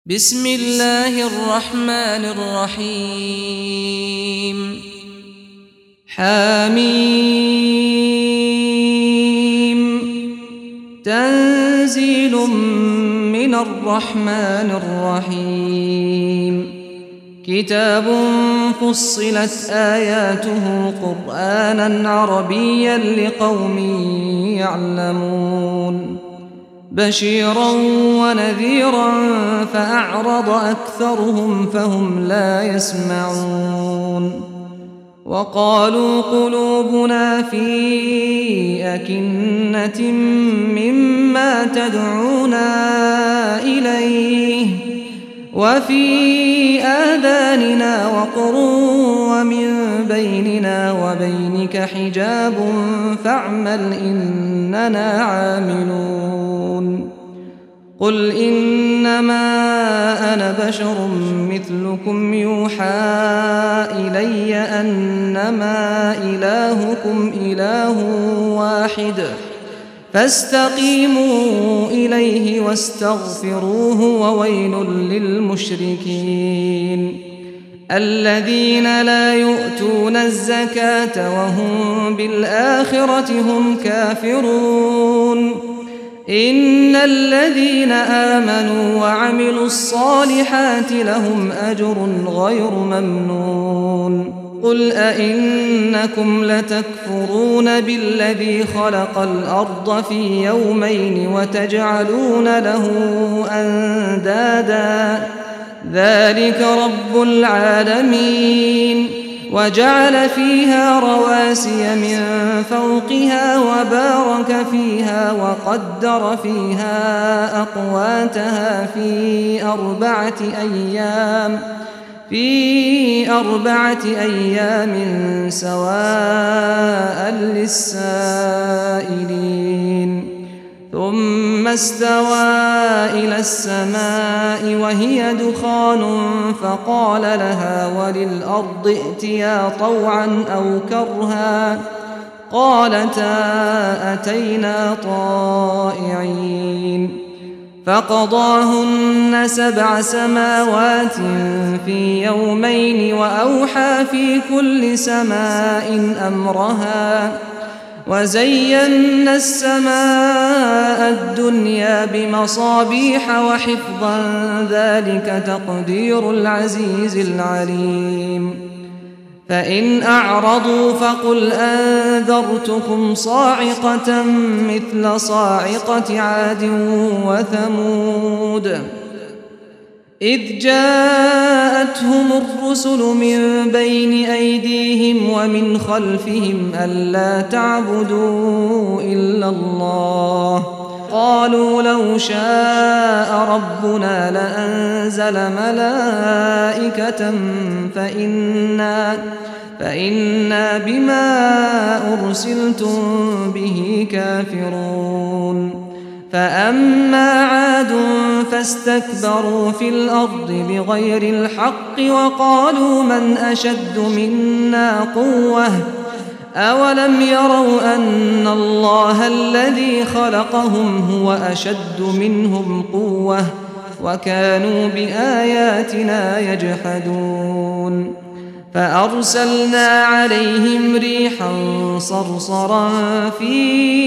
بسم الله الرحمن الرحيم حميم تنزيل من الرحمن الرحيم كتاب فصلت آياته قرآنا عربيا لقوم يعلمون بشيرا ونذيرا فأعرض أكثرهم فهم لا يسمعون وقالوا قلوبنا في أكنة مما تدعونا إليه وفي آذاننا وقر ومن بيننا وبينك حجاب فاعمل إننا عاملون قل إنما أنا بشر مثلكم يوحى إلي أنما إلهكم إله واحد فاستقيموا إليه واستغفروه وويل للمشركين الذين لا يؤتون الزكاة وهم بالآخرة هم كافرون إن الذين آمنوا وعملوا الصالحات لهم أجر غير ممنون قل أئنكم لتكفرون بالذي خلق الأرض في يومين وتجعلون له أندادا ذلك رب العالمين وجعل فيها رواسي من فوقها وبارك فيها وقدر فيها أقواتها في أربعة أيام سواء للسائلين ثم استوى إلى السماء وهي دخان فقال لها وللأرض ائتيا طوعا أو كرها قالتا أتينا طائعين فقضاهن 7 سماوات في يومين وأوحى في كل سماء أمرها وزينا السماء الدنيا بمصابيح وحفظا ذلك تقدير العزيز العليم فإن أعرضوا فقل أنذرتكم صاعقة مثل صاعقة عاد وثمود إذ جاءتهم الرسل من بين أيديهم ومن خلفهم ألا تعبدوا إلا الله قالوا لو شاء ربنا لأنزل ملائكة فإنا بما أرسلتم به كافرون فأما عاد فاستكبروا في الأرض بغير الحق وقالوا من أشد منا قوة أولم يروا أن الله الذي خلقهم هو أشد منهم قوة وكانوا بآياتنا يجحدون فأرسلنا عليهم ريحا صرصرا في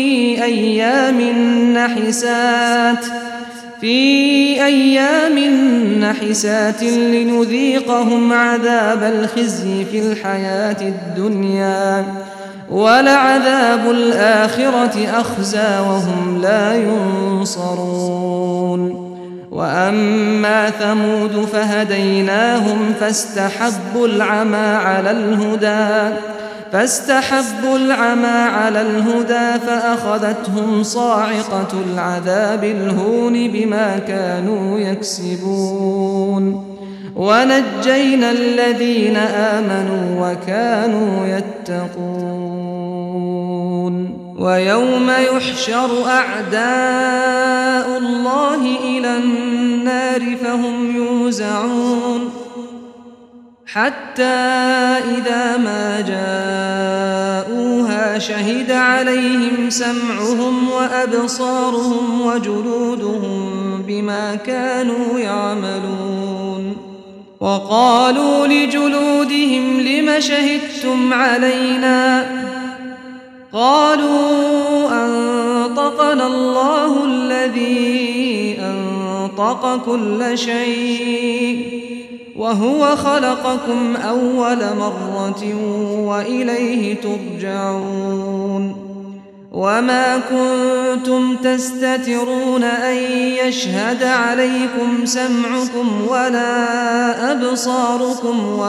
أيام نحسات لنذيقهم عذاب الخزي في الحياة الدنيا ولعذاب الآخرة أخزى وهم لا ينصرون وأما ثمود فهديناهم فاستحبوا العمى على الهدى فأخذتهم صاعقة العذاب الهون بما كانوا يكسبون ونجينا الذين آمنوا وكانوا يتقون ويوم يحشر أعداء الله إلى النار فهم يوزعون حتى إذا ما جاءوها شهد عليهم سمعهم وأبصارهم وجلودهم بما كانوا يعملون. وقالوا لجلودهم لم شهدتم علينا؟ قالوا أنطقنا الله الذي أنطق كل شيء وهو خلقكم أول مرة وإليه ترجعون. وما كنتم تستترون أن يشهد عليكم سمعكم ولا أبصاركم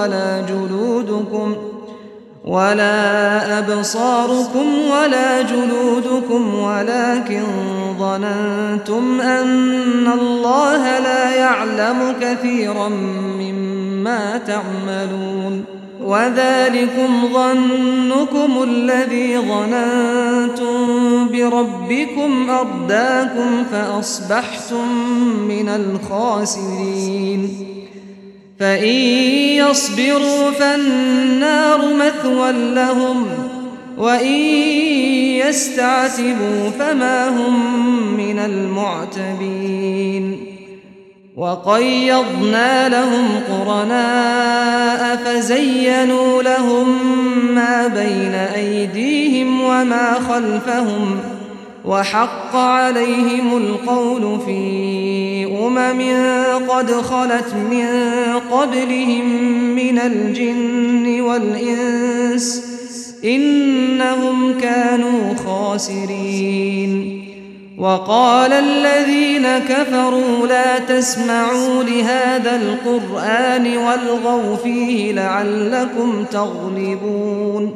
ولا جلودكم ولكن ظننتم أن الله لا يعلم كثيرا مما تعملون. وذلكم ظنكم الذي ظننتم بربكم أرداكم فأصبحتم من الخاسرين. فإن يصبروا فالنار مثوى لهم وإن يستعتبوا فما هم من المعتبين. وقيضنا لهم قرناء فزينوا لهم ما بين أيديهم وما خلفهم وحق عليهم القول في قد خلت من قبلهم من الجن والإنس إنهم كانوا خاسرين. وقال الذين كفروا لا تسمعوا لهذا القرآن والغوا فيه لعلكم تغلبون.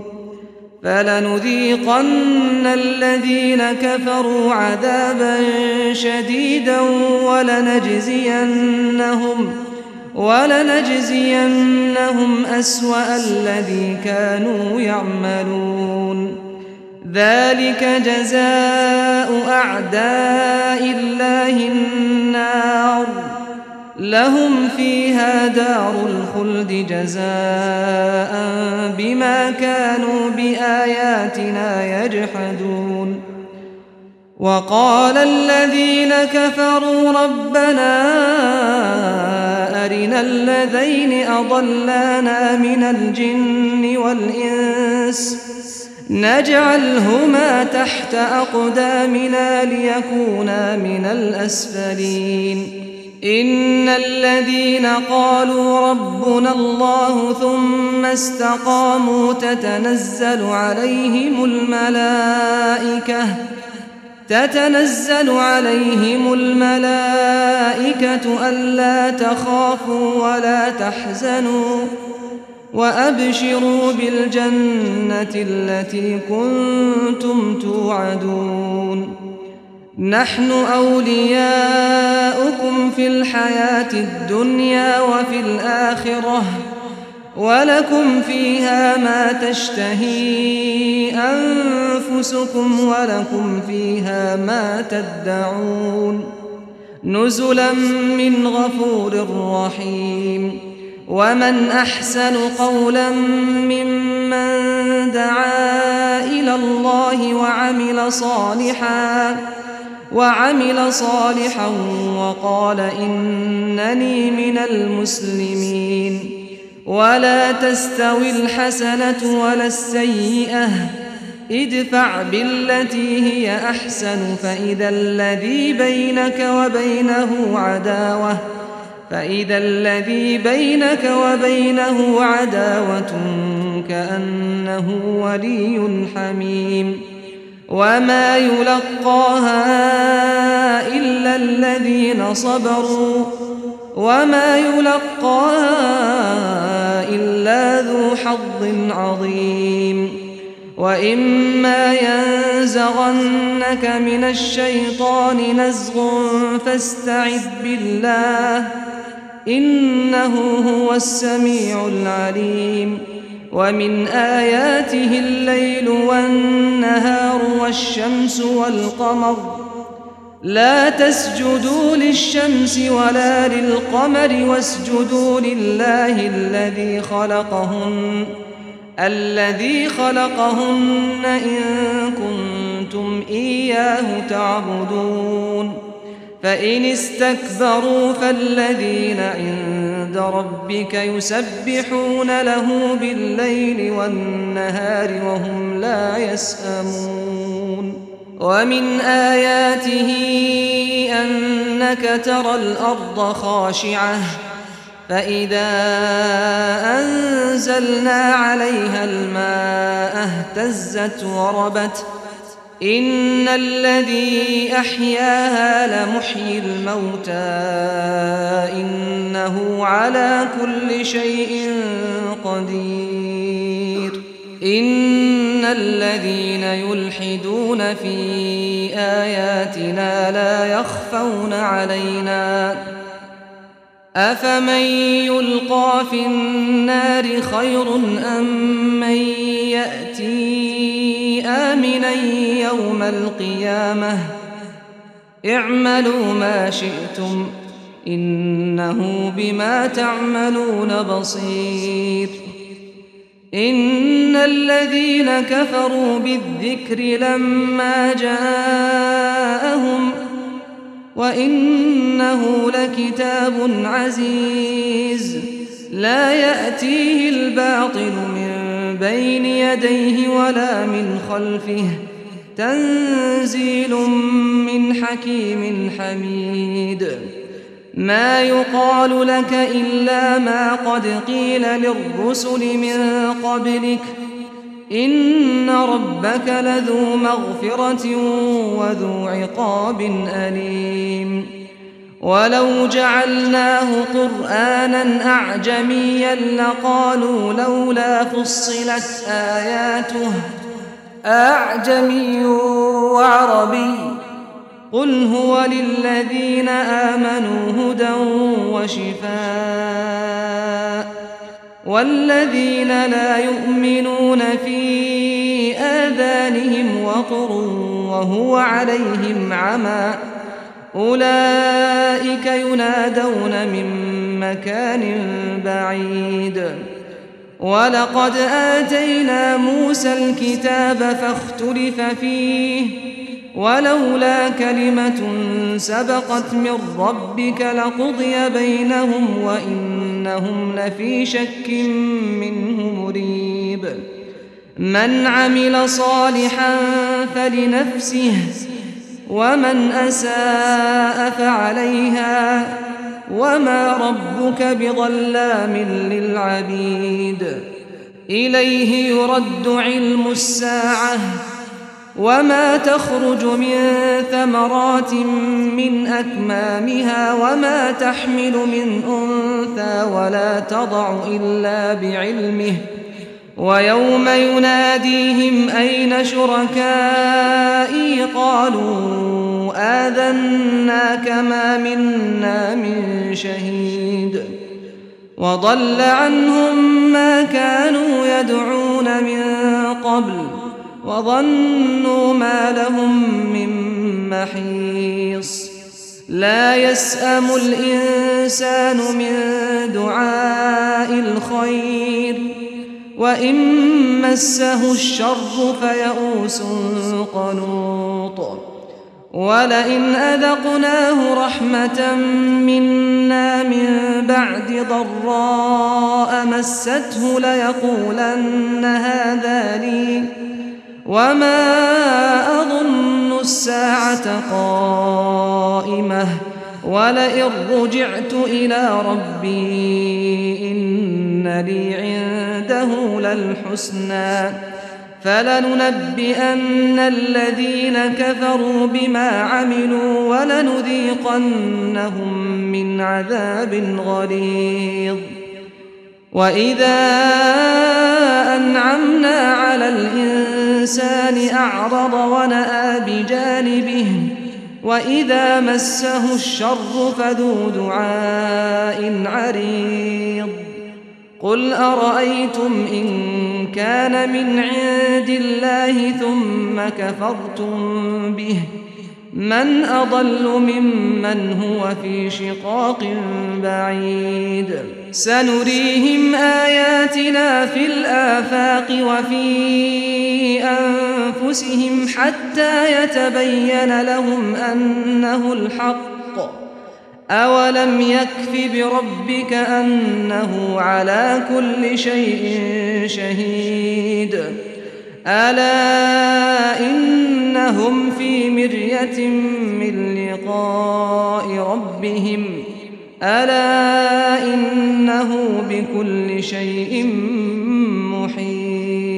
فلنذيقن الذين كفروا عذابا شديدا ولنجزينهم أسوأ الذي كانوا يعملون. ذلك جزاء أعداء الله النار لهم فيها دار الخلد جزاء بما كانوا بآياتنا يجحدون. وقال الذين كفروا ربنا أرنا الذين أضلانا من الجن والإنس نجعلهما تحت أقدامنا ليكونا من الأسفلين. إن الذين قالوا ربنا الله ثم استقاموا تتنزل عليهم الملائكة ألا تخافوا ولا تحزنوا وأبشروا بالجنة التي كنتم توعدون. نحن أولياؤكم في الحياة الدنيا وفي الآخرة ولكم فيها ما تشتهي أنفسكم ولكم فيها ما تدعون نزلا من غفور رحيم. ومن أحسن قولا ممن دعا إلى الله وعمل صالحا وقال إنني من المسلمين. ولا تستوي الحسنة ولا السيئة ادفع بالتي هي أحسن فإذا الذي بينك وبينه عداوة كأنه ولي حميم. وما يلقاها إلا الذين صبروا وما يلقاها إلا ذو حظ عظيم. وإما ينزغنك من الشيطان نزغ فاستعذ بالله إنه هو السميع العليم. ومن آياته الليل والنهار والشمس والقمر لا تسجدوا للشمس ولا للقمر واسجدوا لله الذي خلقهن إن كنتم إياه تعبدون. فإن استكبروا فالذين عند ربك يسبحون له بالليل والنهار وهم لا يسأمون ومن آياته أنك ترى الأرض خاشعة فإذا أنزلنا عليها الماء اهتزت وربت إن الذي أحياها لمحيي الموتى إنه على كل شيء قدير إن الذين يلحدون في آياتنا لا يخفون علينا أفمن يلقى في النار خير أم من يأتي آمنا يوم القيامة اعملوا ما شئتم إنه بما تعملون بصير إن الذين كفروا بالذكر لما جاءهم وإنه لكتاب عزيز لا يأتيه الباطل من بين يديه ولا من خلفه تنزيل من حكيم حميد ما يقال لك إلا ما قد قيل للرسل من قبلك إن ربك لذو مغفرة وذو عقاب أليم ولو جعلناه قرآنا أعجميا لقالوا لولا فصلت آياته أعجمي وعربي قل هو للذين آمنوا هدى وشفاء والذين لا يؤمنون في آذانهم وقر وهو عليهم عمى أولئك ينادون من مكان بعيد ولقد آتينا موسى الكتاب فاختلف فيه ولولا كلمة سبقت من ربك لقضي بينهم وإنهم لفي شك منه مريب من عمل صالحا فلنفسه ومن أساء فعليها وما ربك بظلام للعبيد إليه يرد علم الساعة وما تخرج من ثمرات من أكمامها وما تحمل من أنثى ولا تضع إلا بعلمه ويوم يناديهم أين شركائي قالوا آذناك ما منا من شهيد وضل عنهم ما كانوا يدعون من قبل وظنوا ما لهم من محيص لا يسأم الإنسان من دعاء الخير وإن مسه الشر فيئوس قنوط ولئن أذقناه رحمة منا من بعد ضراء مسته ليقولن هذا لي وما أظن الساعة قائمة ولئن رجعت إلى ربي إن لي عنده للحسنى فلننبئن الذين كفروا بما عملوا ولنذيقنهم من عذاب غليظ وإذا أنعمنا على الإنسان أعرض ونأى بجانبه وإذا مسه الشر فذو دعاء عريض قل أرأيتم إن كان من عند الله ثم كفرتم به من أضل ممن هو في شقاق بعيد سنريهم آياتنا في الآفاق وفي أنفسهم حتى يتبين لهم أنه الحق أولم يكف بربك أنه على كل شيء شهيد ألا إنهم في مرية من لقاء ربهم ألا إنه بكل شيء محيط